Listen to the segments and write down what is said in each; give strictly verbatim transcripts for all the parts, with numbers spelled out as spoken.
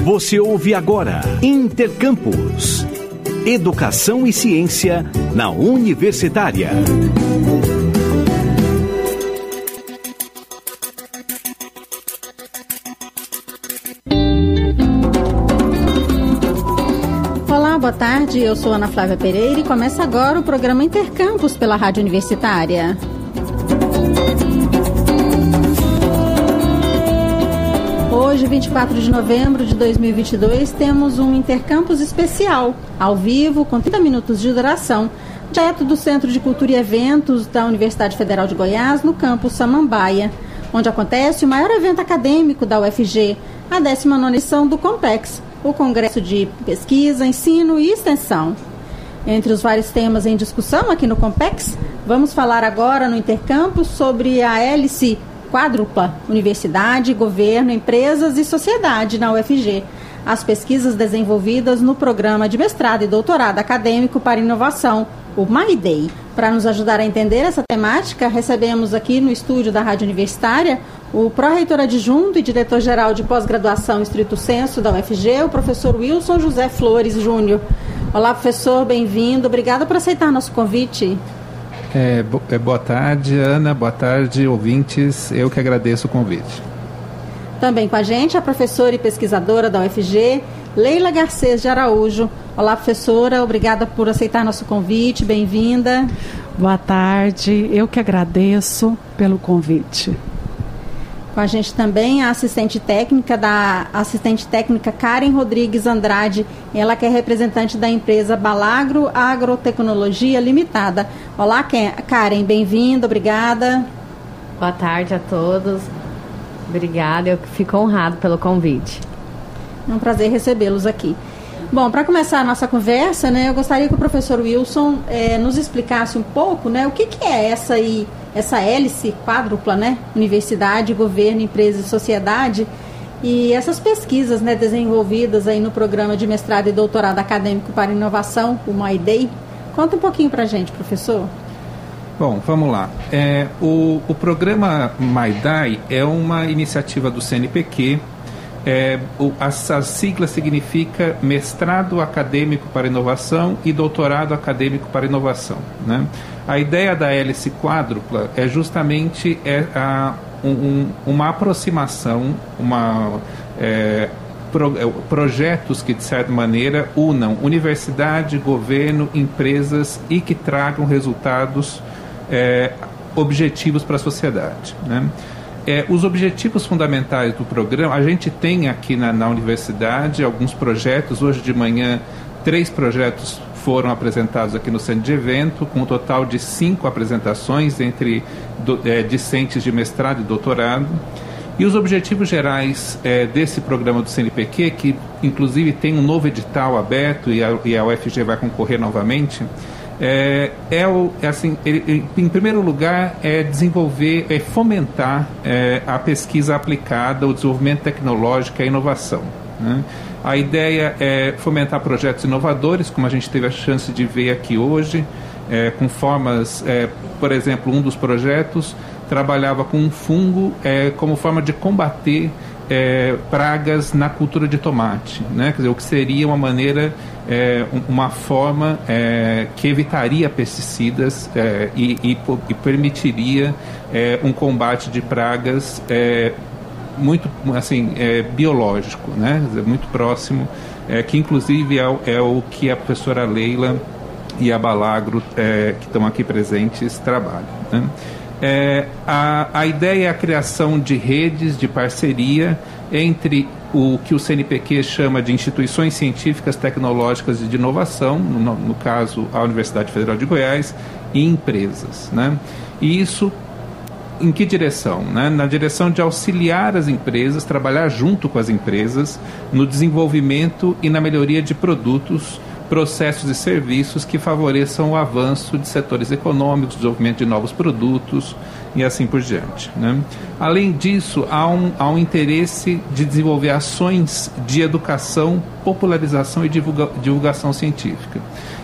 Você ouve agora Intercampus. Educação e ciência na Universitária. Olá, boa tarde. Eu sou Ana Flávia Pereira e começa agora o programa Intercampus pela Rádio Universitária. Hoje, vinte e quatro de novembro de dois mil e vinte e dois, temos um Intercampus especial, ao vivo, com trinta minutos de duração, direto do Centro de Cultura e Eventos da Universidade Federal de Goiás, no campus Samambaia, onde acontece o maior evento acadêmico da U F G, a décima nona edição do COMPEX, o Congresso de Pesquisa, Ensino e Extensão. Entre os vários temas em discussão aqui no COMPEX, vamos falar agora no Intercampus sobre a hélice quádrupla, universidade, governo, empresas e sociedade na U F G. As pesquisas desenvolvidas no programa de mestrado e doutorado acadêmico para inovação, o MyDay. Para nos ajudar a entender essa temática, recebemos aqui no estúdio da Rádio Universitária o pró-reitor adjunto e diretor-geral de pós-graduação estrito sensu da U F G, o professor Wilson José Flores Júnior. Olá, professor, bem-vindo. Obrigada por aceitar nosso convite. É, bo- é, boa tarde, Ana. Boa tarde, ouvintes. Eu que agradeço o convite. Também com a gente a professora e pesquisadora da U F G, Leila Garcês de Araújo. Olá, professora. Obrigada por aceitar nosso convite. Bem-vinda. Boa tarde. Eu que agradeço pelo convite. Com a gente também a assistente técnica da assistente técnica Karen Rodrigues Andrade, ela que é representante da empresa Balagro Agrotecnologia Limitada. Olá, Karen, bem-vinda, obrigada. Boa tarde a todos. Obrigada, eu fico honrado pelo convite. É um prazer recebê-los aqui. Bom, para começar a nossa conversa, né, eu gostaria que o professor Wilson eh, nos explicasse um pouco, né, o que, que é essa aí, essa hélice quádrupla, né, universidade, governo, empresa e sociedade, e essas pesquisas, né, desenvolvidas aí no programa de mestrado e doutorado acadêmico para inovação, o MyDay. Conta um pouquinho para a gente, professor. Bom, vamos lá. É, o, o programa MyDay é uma iniciativa do C N P Q. É, o, a, a sigla significa Mestrado Acadêmico para Inovação e Doutorado Acadêmico para Inovação, né? A ideia da hélice quádrupla é justamente é, a, um, um, uma aproximação, uma, é, pro, é, projetos que, de certa maneira, unam universidade, governo, empresas e que tragam resultados é, objetivos para a sociedade, né? É, os objetivos fundamentais do programa, a gente tem aqui na, na universidade alguns projetos. Hoje de manhã, três projetos foram apresentados aqui no centro de evento, com um total de cinco apresentações entre do, é, discentes de mestrado e doutorado. E os objetivos gerais é, desse programa do C N P Q, que inclusive tem um novo edital aberto e a, e a U F G vai concorrer novamente, É, é, o, é assim, ele, ele, em primeiro lugar, é desenvolver, é fomentar é, a pesquisa aplicada, o desenvolvimento tecnológico e a inovação, né? A ideia é fomentar projetos inovadores, como a gente teve a chance de ver aqui hoje, é, com formas, é, por exemplo, um dos projetos trabalhava com um fungo é, como forma de combater É, pragas na cultura de tomate, né? Quer dizer, o que seria uma maneira, é, uma forma é, que evitaria pesticidas é, e, e, e permitiria é, um combate de pragas é, muito assim, é, biológico, né? Quer dizer, muito próximo, é, que inclusive é, é o que a professora Leila e a Balagro, é, que estão aqui presentes, trabalham, né? É, a, a ideia é a criação de redes de parceria entre o que o C N P Q chama de instituições científicas, tecnológicas e de inovação, no, no caso a Universidade Federal de Goiás, e empresas, né? E isso em que direção, né? Na direção de auxiliar as empresas, trabalhar junto com as empresas no desenvolvimento e na melhoria de produtos, processos e serviços que favoreçam o avanço de setores econômicos, desenvolvimento de novos produtos e assim por diante, né? Além disso, há um, há um interesse de desenvolver ações de educação, popularização e divulga, divulgação científica.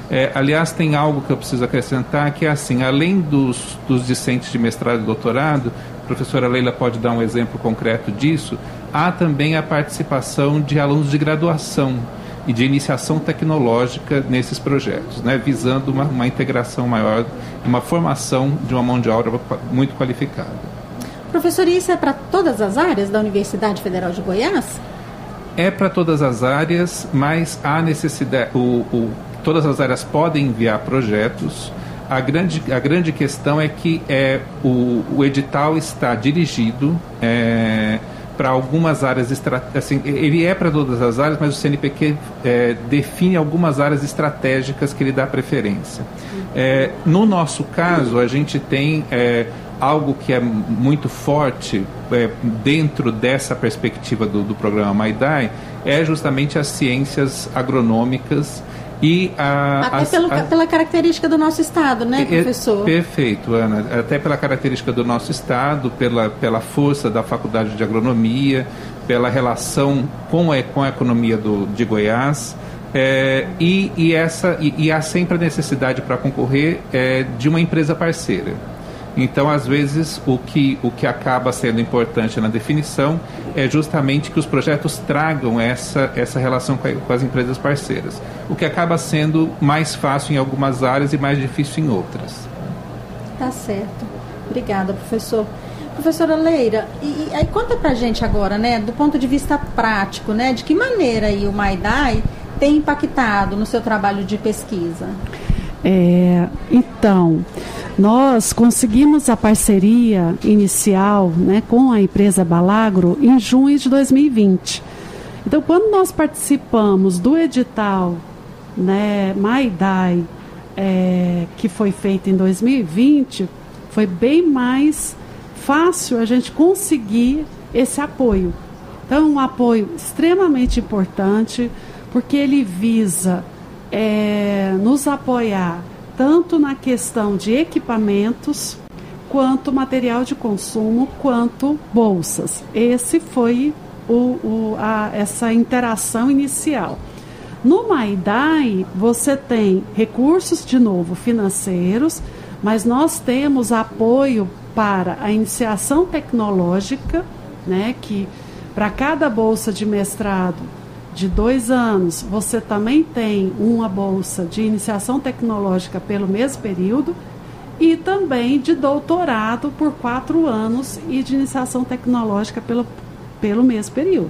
É, aliás, tem algo que eu preciso acrescentar, que é assim, além dos, dos discentes de mestrado e doutorado, a professora Leila pode dar um exemplo concreto disso, há também a participação de alunos de graduação e de iniciação tecnológica nesses projetos, né, visando uma, uma integração maior, uma formação de uma mão de obra muito qualificada. Professor, isso é para todas as áreas da Universidade Federal de Goiás? É para todas as áreas, mas há necessidade, o, o, todas as áreas podem enviar projetos. A grande, a grande questão é que é, o, o edital está dirigido é, para algumas áreas, assim, ele é para todas as áreas, mas o C N P Q é, define algumas áreas estratégicas que ele dá preferência. É, no nosso caso, a gente tem é, algo que é muito forte é, dentro dessa perspectiva do, do programa MyDai, é justamente as ciências agronômicas. E a, até as, pelo, a, pela característica do nosso estado, né, professor? É, perfeito, Ana. Até pela característica do nosso estado, pela, pela força da Faculdade de Agronomia, pela relação com a, com a economia do, de Goiás. É, e, e, essa, e, e há sempre a necessidade para concorrer é, de uma empresa parceira. Então, às vezes, o que, o que acaba sendo importante na definição é justamente que os projetos tragam essa, essa relação com, a, com as empresas parceiras, o que acaba sendo mais fácil em algumas áreas e mais difícil em outras. Tá certo. Obrigada, professor. Professora Leila, e, e aí conta pra gente agora, né, do ponto de vista prático, né, de que maneira aí o MyDai tem impactado no seu trabalho de pesquisa? É, então, nós conseguimos a parceria inicial, né, com a empresa Balagro em junho de dois mil e vinte. Então, quando nós participamos do edital, né, MyDai, é, que foi feito em dois mil e vinte, foi bem mais fácil a gente conseguir esse apoio. Então, um apoio extremamente importante, porque ele visa É, nos apoiar tanto na questão de equipamentos, quanto material de consumo, quanto bolsas. Esse foi o, o, a, essa interação inicial. No MyDai, você tem recursos, de novo, financeiros, mas nós temos apoio para a iniciação tecnológica, né, que para cada bolsa de mestrado de dois anos, você também tem uma bolsa de iniciação tecnológica pelo mesmo período e também de doutorado por quatro anos e de iniciação tecnológica pelo, pelo mesmo período.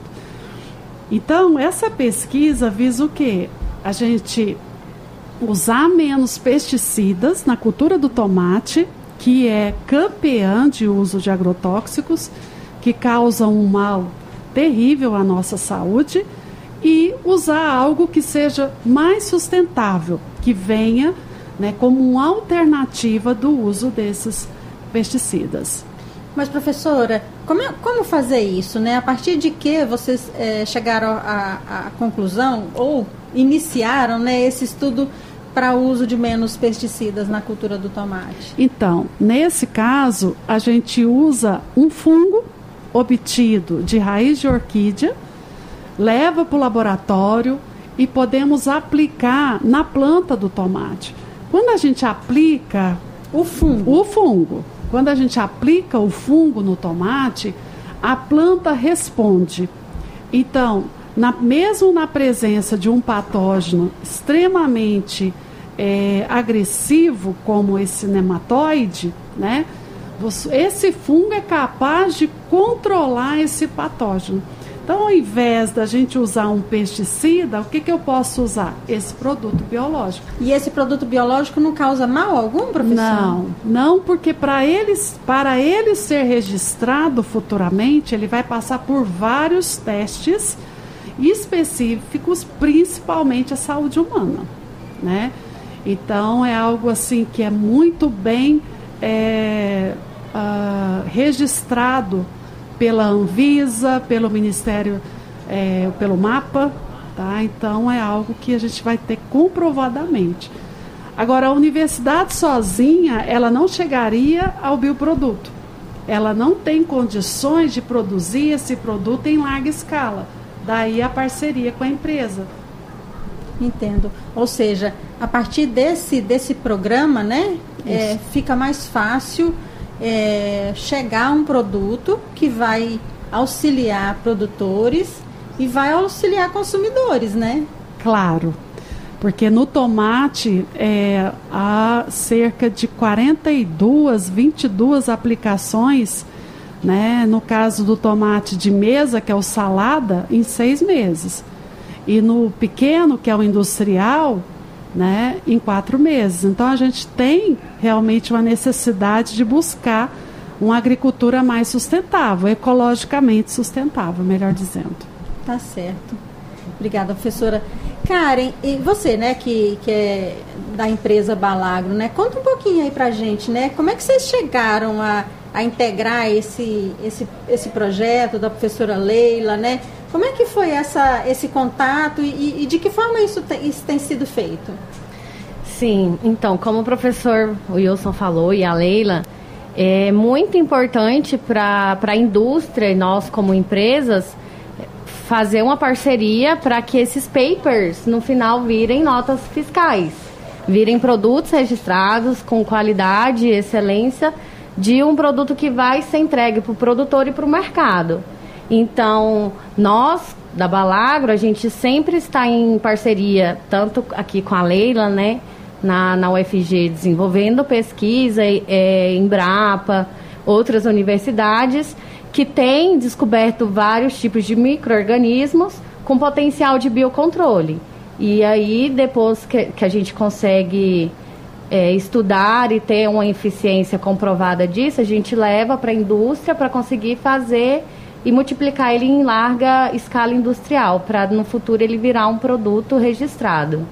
Então, essa pesquisa visa o quê? A gente usar menos pesticidas na cultura do tomate, que é campeã de uso de agrotóxicos, que causam um mal terrível à nossa saúde, e usar algo que seja mais sustentável, que venha, né, como uma alternativa do uso desses pesticidas. Mas, professora, como, é, como fazer isso, né? A partir de que vocês é, chegaram à conclusão ou iniciaram, né, esse estudo para o uso de menos pesticidas na cultura do tomate? Então, nesse caso, a gente usa um fungo obtido de raiz de orquídea, leva para o laboratório e podemos aplicar na planta do tomate. Quando a gente aplica o fungo, o fungo, quando a gente aplica o fungo no tomate, a planta responde. Então, na, mesmo na presença de um patógeno extremamente é, agressivo, como esse nematóide, né, esse fungo é capaz de controlar esse patógeno. Então, ao invés da gente usar um pesticida, o que, que eu posso usar? Esse produto biológico. E esse produto biológico não causa mal algum, professor? Não, não, porque para ele, para ele ser registrado futuramente, ele vai passar por vários testes específicos, principalmente a saúde humana, né? Então, é algo assim que é muito bem é, uh, registrado pela Anvisa, pelo Ministério, é, pelo MAPA, tá? Então é algo que a gente vai ter comprovadamente. Agora, a universidade sozinha, ela não chegaria ao bioproduto. Ela não tem condições de produzir esse produto em larga escala. Daí a parceria com a empresa. Entendo. Ou seja, a partir desse, desse programa, né, é, fica mais fácil é, chegar a um produto que vai auxiliar produtores e vai auxiliar consumidores, né? Claro, porque no tomate é, há cerca de quarenta e duas, vinte e duas aplicações, né? No caso do tomate de mesa, que é o salada, em seis meses. E no pequeno, que é o industrial, né, em quatro meses. Então, a gente tem realmente uma necessidade de buscar uma agricultura mais sustentável, ecologicamente sustentável, melhor dizendo. Tá certo. Obrigada, professora. Karen, e você, né, que, que é da empresa Balagro, né, conta um pouquinho aí pra gente, né, como é que vocês chegaram a, a integrar esse, esse, esse projeto da professora Leila, né? Como é que foi essa, esse contato e, e de que forma isso, te, isso tem sido feito? Sim, então, como o professor Wilson falou e a Leila, é muito importante para a indústria e nós como empresas fazer uma parceria para que esses papers no final virem notas fiscais, virem produtos registrados com qualidade e excelência de um produto que vai ser entregue para o produtor e para o mercado. Então, nós, da Balagro, a gente sempre está em parceria, tanto aqui com a Leila, né, na, na U F G, desenvolvendo pesquisa, é, Embrapa, outras universidades, que têm descoberto vários tipos de micro-organismos com potencial de biocontrole. E aí, depois que, que a gente consegue é, estudar e ter uma eficiência comprovada disso, a gente leva para a indústria para conseguir fazer e multiplicar ele em larga escala industrial, para no futuro ele virar um produto registrado.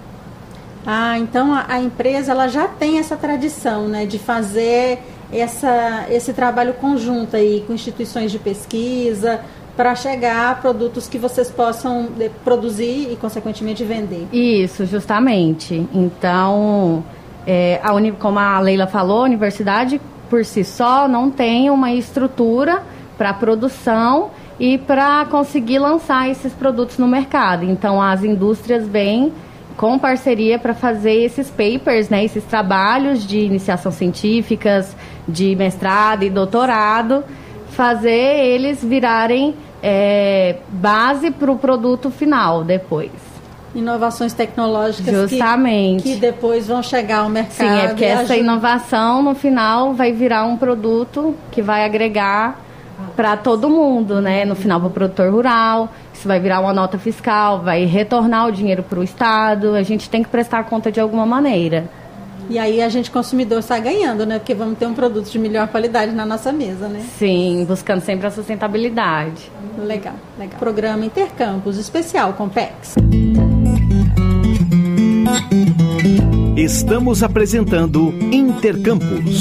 Ah, então a, a empresa ela já tem essa tradição, né, de fazer essa, esse trabalho conjunto aí com instituições de pesquisa para chegar a produtos que vocês possam de, produzir e, consequentemente, vender. Isso, justamente. Então, é, a uni, como a Leila falou, a universidade, por si só, não tem uma estrutura para produção e para conseguir lançar esses produtos no mercado. Então, as indústrias vêm com parceria para fazer esses papers, né, esses trabalhos de iniciação científicas, de mestrado e doutorado, fazer eles virarem é, base para o produto final depois. Inovações tecnológicas Justamente. Que, que depois vão chegar ao mercado. Sim, é porque essa ajuda... inovação, no final, vai virar um produto que vai agregar para todo mundo, né? No final, para o produtor rural, isso vai virar uma nota fiscal, vai retornar o dinheiro para o Estado, a gente tem que prestar conta de alguma maneira. E aí a gente, consumidor, está ganhando, né? Porque vamos ter um produto de melhor qualidade na nossa mesa, né? Sim, buscando sempre a sustentabilidade. Legal, legal. Programa Intercampus Especial Compex. Estamos apresentando Intercampus.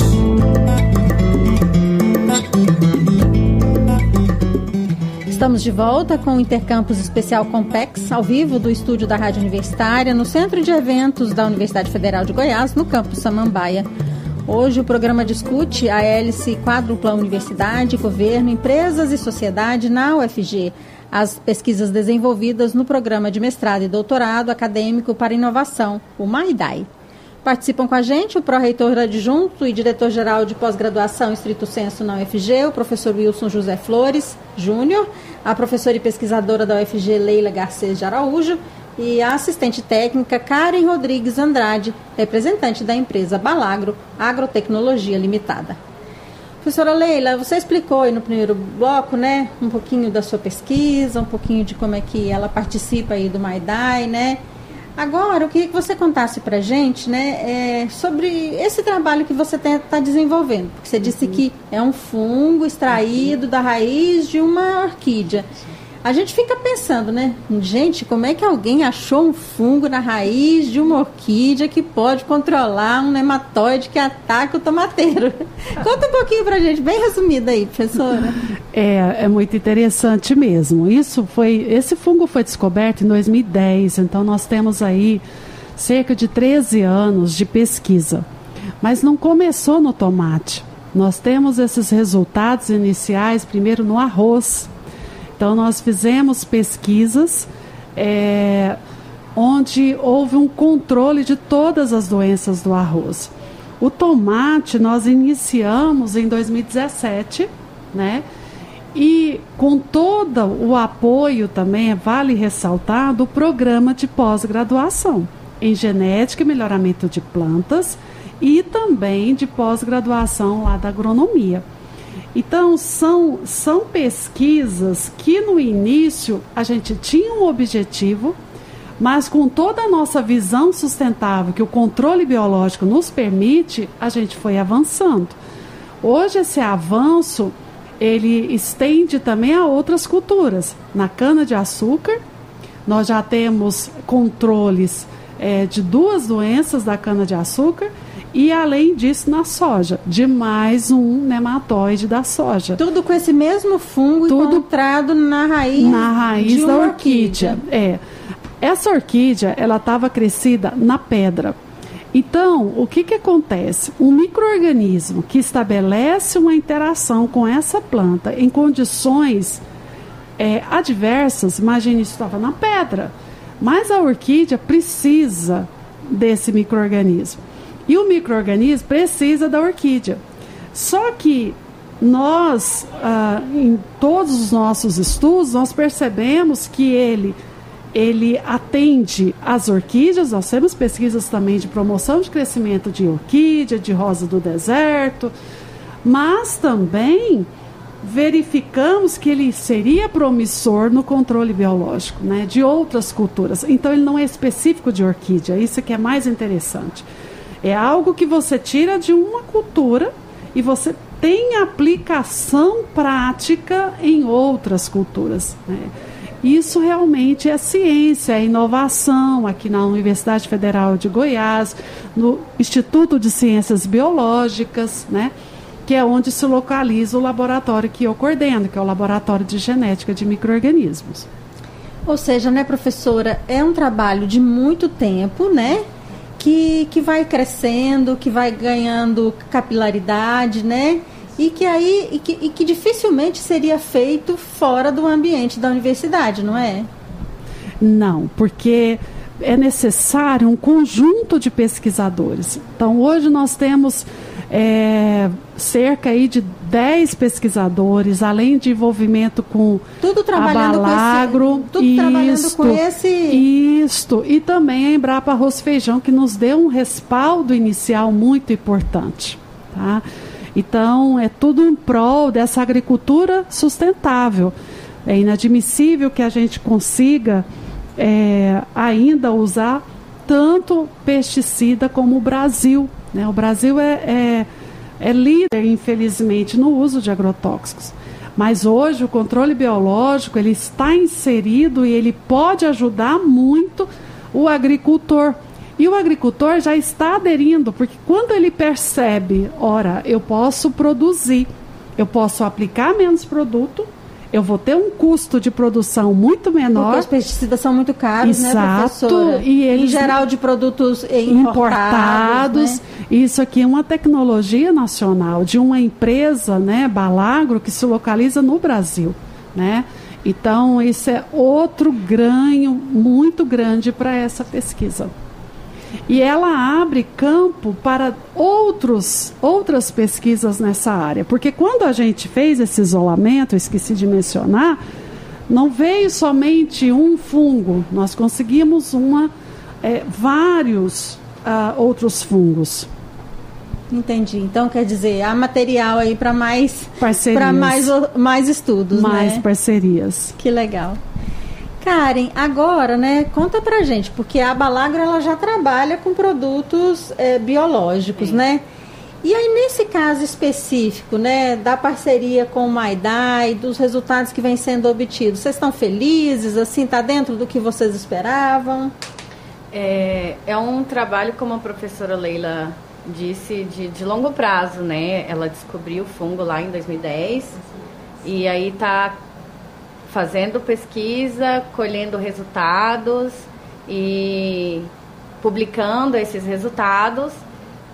Estamos de volta com o Intercampus Especial Compex, ao vivo do estúdio da Rádio Universitária, no Centro de Eventos da Universidade Federal de Goiás, no campus Samambaia. Hoje o programa discute a hélice quádrupla Universidade, Governo, Empresas e Sociedade na U F G, as pesquisas desenvolvidas no programa de mestrado e doutorado acadêmico para inovação, o MAIDAI. Participam com a gente o pró-reitor adjunto e diretor-geral de pós-graduação estrito sensu na U F G, o professor Wilson José Flores Júnior, a professora e pesquisadora da U F G, Leila Garcês de Araújo, e a assistente técnica Karen Rodrigues Andrade, representante da empresa Balagro Agrotecnologia Limitada. Professora Leila, você explicou aí no primeiro bloco, né, um pouquinho da sua pesquisa, um pouquinho de como é que ela participa aí do MAIDAI, né? Agora, eu queria que você contasse para a gente, né, é, sobre esse trabalho que você está desenvolvendo. Porque você disse uhum. que é um fungo extraído uhum. da raiz de uma orquídea. A gente fica pensando, né, gente, como é que alguém achou um fungo na raiz de uma orquídea que pode controlar um nematóide que ataca o tomateiro? Conta um pouquinho para a gente, bem resumida aí, professora. É, é muito interessante mesmo. Isso foi, esse fungo foi descoberto em dois mil e dez, então nós temos aí cerca de treze anos de pesquisa. Mas não começou no tomate. Nós temos esses resultados iniciais primeiro no arroz. Então, nós fizemos pesquisas é, onde houve um controle de todas as doenças do arroz. O tomate nós iniciamos em dois mil e dezessete, né? E com todo o apoio também, vale ressaltar, do programa de pós-graduação em genética e melhoramento de plantas e também de pós-graduação lá da agronomia. Então, são, são pesquisas que no início a gente tinha um objetivo, mas com toda a nossa visão sustentável que o controle biológico nos permite, a gente foi avançando. Hoje esse avanço, ele estende também a outras culturas. Na cana-de-açúcar, nós já temos controles é, de duas doenças da cana-de-açúcar e, além disso, na soja, de mais um nematóide da soja. Tudo com esse mesmo fungo Tudo encontrado na raiz, na raiz de da uma orquídea. orquídea. É. Essa orquídea, ela estava crescida na pedra. Então, o que, que acontece? Um micro-organismo que estabelece uma interação com essa planta em condições é, adversas, imagine, isso estava na pedra, mas a orquídea precisa desse micro-organismo. E o micro-organismo precisa da orquídea. Só que nós, ah, em todos os nossos estudos, nós percebemos que ele... ele atende às orquídeas. Nós temos pesquisas também de promoção de crescimento de orquídea, de rosa do deserto, mas também verificamos que ele seria promissor no controle biológico, né, de outras culturas. Então ele não é específico de orquídea, isso que é mais interessante. É algo que você tira de uma cultura e você tem aplicação prática em outras culturas, né? Isso realmente é ciência, é inovação aqui na Universidade Federal de Goiás, no Instituto de Ciências Biológicas, né, que é onde se localiza o laboratório que eu coordeno, que é o Laboratório de Genética de Micro-Organismos. Ou seja, né, professora, é um trabalho de muito tempo, né, que, que vai crescendo, que vai ganhando capilaridade, né, e que aí e que, e que dificilmente seria feito fora do ambiente da universidade, não é? Não, porque é necessário um conjunto de pesquisadores. Então, hoje nós temos é, cerca aí de dez pesquisadores, além de envolvimento com tudo trabalhando a Balagro, com esse, tudo isto, trabalhando com esse... Isto, e também a Embrapa Arroz e Feijão, que nos deu um respaldo inicial muito importante, tá? Então, é tudo em prol dessa agricultura sustentável. É inadmissível que a gente consiga é, ainda usar tanto pesticida como o Brasil, né? O Brasil é, é, é líder, infelizmente, no uso de agrotóxicos. Mas hoje o controle biológico ele está inserido e ele pode ajudar muito o agricultor. E o agricultor já está aderindo, porque quando ele percebe, ora, eu posso produzir, eu posso aplicar menos produto, eu vou ter um custo de produção muito menor. Porque os pesticidas são muito caros, Exato, né, professora? E eles, em geral de produtos importados. importados né? Isso aqui é uma tecnologia nacional de uma empresa, né, Balagro, que se localiza no Brasil, né? Então, isso é outro ganho muito grande para essa pesquisa. E ela abre campo para outros, outras pesquisas nessa área. Porque quando a gente fez esse isolamento, eu esqueci de mencionar, não veio somente um fungo. Nós conseguimos uma, é, vários uh, outros fungos. Entendi. Então, quer dizer, há material aí para mais, para mais, mais estudos, mais né? parcerias. Que legal. Karen, agora, né, conta pra gente, porque a Balagro ela já trabalha com produtos é, biológicos, Sim. né? E aí, nesse caso específico, né, da parceria com o Maidai, dos resultados que vêm sendo obtidos, vocês estão felizes, assim, tá dentro do que vocês esperavam? É, é um trabalho, como a professora Leila disse, de, de longo prazo, né? Ela descobriu o fungo lá em dois mil e dez e aí tá fazendo pesquisa, colhendo resultados e publicando esses resultados.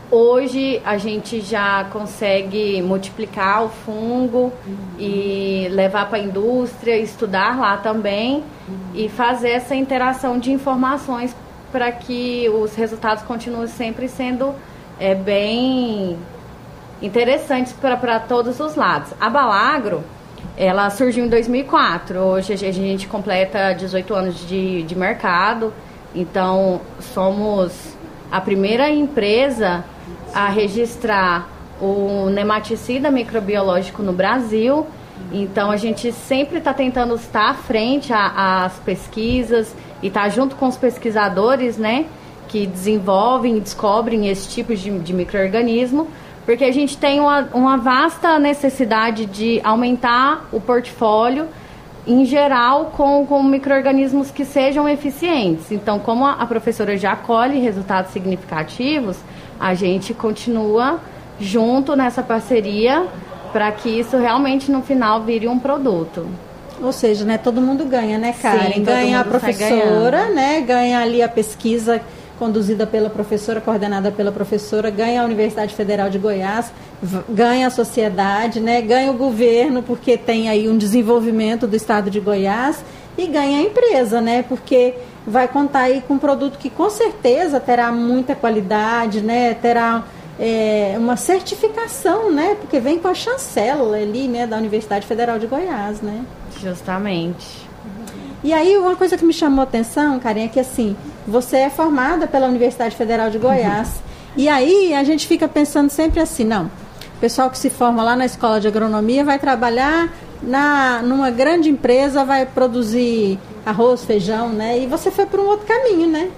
Hoje a gente já consegue multiplicar o fungo uhum. e levar para a indústria, estudar lá também uhum. e fazer essa interação de informações para que os resultados continuem sempre sendo é, bem interessantes para todos os lados. A Balagro, ela surgiu em dois mil e quatro, hoje a gente completa dezoito anos de, de mercado, então somos a primeira empresa a registrar o nematicida microbiológico no Brasil. Então a gente sempre está tentando estar à frente às pesquisas e estar tá junto com os pesquisadores, né, que desenvolvem e descobrem esse tipo de, de micro-organismo, porque a gente tem uma, uma vasta necessidade de aumentar o portfólio em geral com, com micro-organismos que sejam eficientes. Então, como a, a professora já colhe resultados significativos, a gente continua junto nessa parceria para que isso realmente no final vire um produto. Ou seja, né, todo mundo ganha, né, Karen? Sim, ganha a professora, né, ganha ali a pesquisa conduzida pela professora, coordenada pela professora, ganha a Universidade Federal de Goiás, ganha a sociedade, né, ganha o governo, porque tem aí um desenvolvimento do estado de Goiás, e ganha a empresa, né, porque vai contar aí com um produto que com certeza terá muita qualidade, né, terá é, uma certificação, né, porque vem com a chancela ali, né, da Universidade Federal de Goiás, né. Justamente. E aí uma coisa que me chamou a atenção, Karen, é que assim, você é formada pela Universidade Federal de Goiás, uhum. e aí a gente fica pensando sempre assim, não, o pessoal que se forma lá na Escola de Agronomia vai trabalhar na, numa grande empresa, vai produzir arroz, feijão, né? E você foi para um outro caminho, né?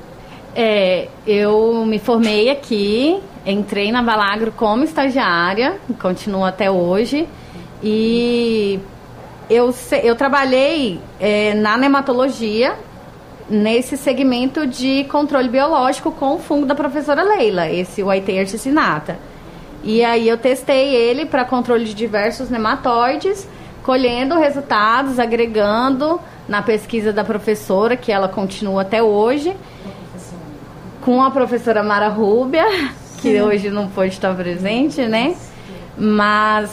É, eu me formei aqui, entrei na Balagro como estagiária, continuo até hoje, e eu, eu trabalhei é, na nematologia, nesse segmento de controle biológico com o fungo da professora Leila, esse Whitehair cicinata. E aí eu testei ele para controle de diversos nematóides, colhendo resultados, agregando na pesquisa da professora, que ela continua até hoje, com a professora Mara Rúbia, que Sim. hoje não pôde estar presente, né? Mas,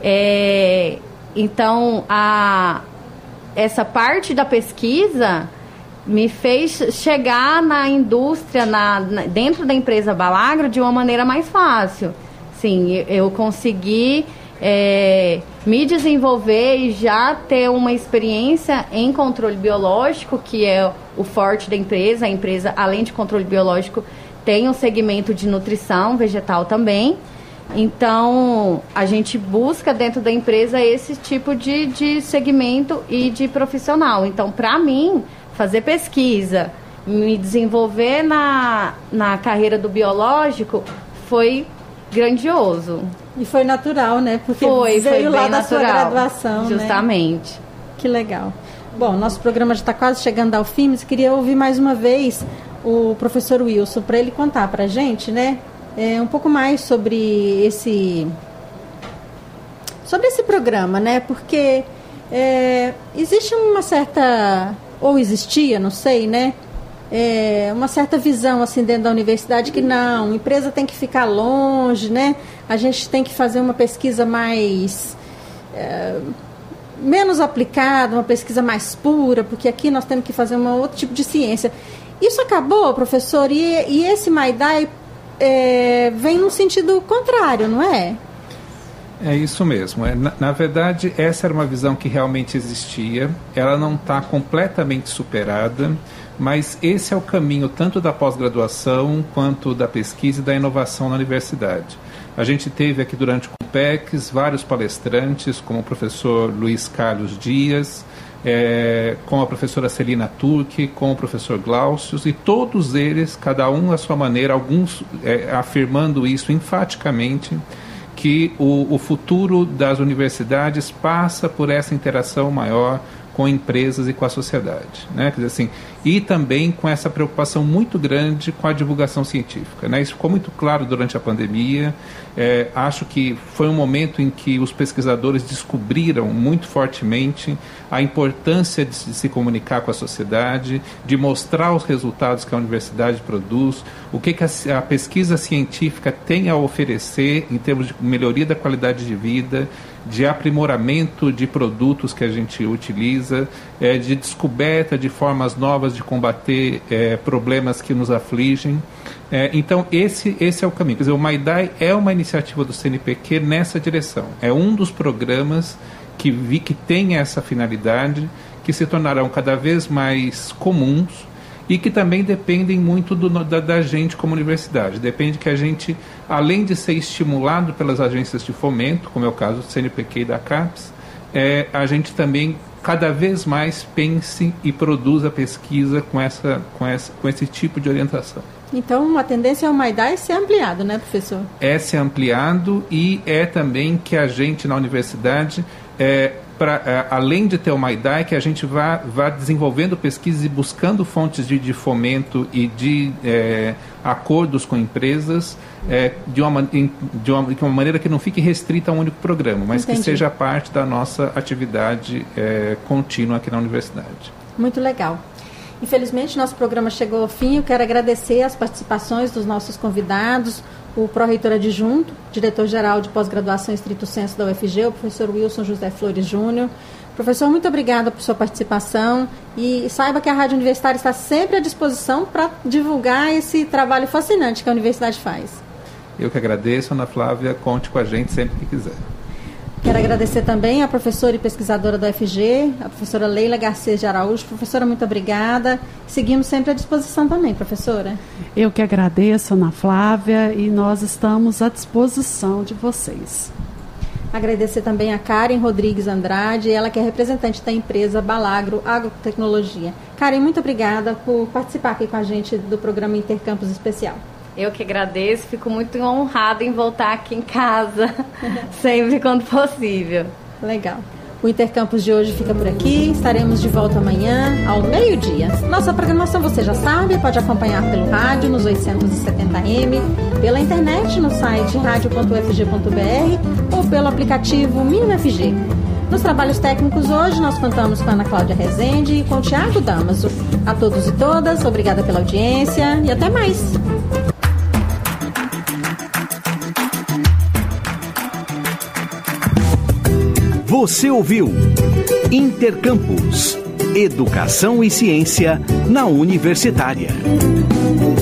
é, então, a, essa parte da pesquisa me fez chegar na indústria, na, na, dentro da empresa Balagro, de uma maneira mais fácil. Sim, eu, eu consegui é, me desenvolver e já ter uma experiência em controle biológico, que é o forte da empresa. A empresa, além de controle biológico, tem um segmento de nutrição vegetal também. Então, a gente busca dentro da empresa esse tipo de, de segmento e de profissional. Então, para mim, fazer pesquisa, me desenvolver na, na carreira do biológico foi grandioso. E foi natural, né? Porque foi, veio foi lá bem da natural, sua graduação, justamente. Né? Que legal. Bom, nosso programa já está quase chegando ao fim, mas queria ouvir mais uma vez o professor Wilson, para ele contar para a gente, né? É, um pouco mais sobre esse, sobre esse programa, né? Porque é, existe uma certa... ou existia, não sei, né? É, uma certa visão assim dentro da universidade que não, a empresa tem que ficar longe, né? A gente tem que fazer uma pesquisa mais é, menos aplicada, uma pesquisa mais pura, porque aqui nós temos que fazer um outro tipo de ciência. Isso acabou, professor, e, e esse MyDay é, vem no sentido contrário, não é? É isso mesmo. É, na, na verdade, essa era uma visão que realmente existia. Ela não está completamente superada, mas esse é o caminho tanto da pós-graduação quanto da pesquisa e da inovação na universidade. A gente teve aqui durante o CUPEX vários palestrantes, como o professor Luiz Carlos Dias, é, com a professora Celina Turque, com o professor Glaucius, e todos eles, cada um à sua maneira, alguns é, afirmando isso enfaticamente, que o, o futuro das universidades passa por essa interação maior com empresas e com a sociedade, né? Quer dizer assim, e também com essa preocupação muito grande com a divulgação científica, né? Isso ficou muito claro durante a pandemia. É, acho que foi um momento em que os pesquisadores descobriram muito fortemente a importância de se, de se comunicar com a sociedade, de mostrar os resultados que a universidade produz, o que, que a, a pesquisa científica tem a oferecer em termos de melhoria da qualidade de vida, de aprimoramento de produtos que a gente utiliza, é, de descoberta de formas novas de combater é, problemas que nos afligem. É, então, esse, esse é o caminho. Quer dizer, o MyDai é uma iniciativa do C N P Q nessa direção. É um dos programas que, vi, que tem essa finalidade, que se tornarão cada vez mais comuns e que também dependem muito do, da, da gente como universidade. Depende que a gente, além de ser estimulado pelas agências de fomento, como é o caso do C N P Q e da CAPES, é, a gente também cada vez mais pense e produza pesquisa com, essa, com, essa, com esse tipo de orientação. Então, a tendência é o MyDai ser ampliado, né, professor? É ser ampliado e é também que a gente na universidade... É, Pra, além de ter o MyDai, que a gente vá, vá desenvolvendo pesquisas e buscando fontes de, de fomento e de é, acordos com empresas é, de, uma, de, uma, de uma maneira que não fique restrita a um único programa, mas Entendi. Que seja parte da nossa atividade é, contínua aqui na universidade. Muito legal. Infelizmente, nosso programa chegou ao fim. Eu quero agradecer as participações dos nossos convidados, o pró-reitor adjunto, diretor-geral de pós-graduação estrito sensu da U F G, o professor Wilson José Flores Júnior. Professor, muito obrigada por sua participação e saiba que a Rádio Universitária está sempre à disposição para divulgar esse trabalho fascinante que a universidade faz. Eu que agradeço, Ana Flávia, conte com a gente sempre que quiser. Quero agradecer também a professora e pesquisadora da U F G, a professora Leila Garcês de Araújo. Professora, muito obrigada. Seguimos sempre à disposição também, professora. Eu que agradeço, Ana Flávia, e nós estamos à disposição de vocês. Agradecer também a Karen Rodrigues Andrade, ela que é representante da empresa Balagro Agrotecnologia. Karen, muito obrigada por participar aqui com a gente do programa Intercampus Especial. Eu que agradeço, fico muito honrada em voltar aqui em casa, sempre quando possível. Legal. O Intercampus de hoje fica por aqui, estaremos de volta amanhã, ao meio-dia. Nossa programação você já sabe, pode acompanhar pelo rádio nos oitocentos e setenta ame, pela internet no site radio ponto u f g ponto b r ou pelo aplicativo Minho F G. Nos trabalhos técnicos hoje nós contamos com a Ana Cláudia Rezende e com o Tiago Damaso. A todos e todas, obrigada pela audiência e até mais. Você ouviu Intercampus, Educação e Ciência na Universitária.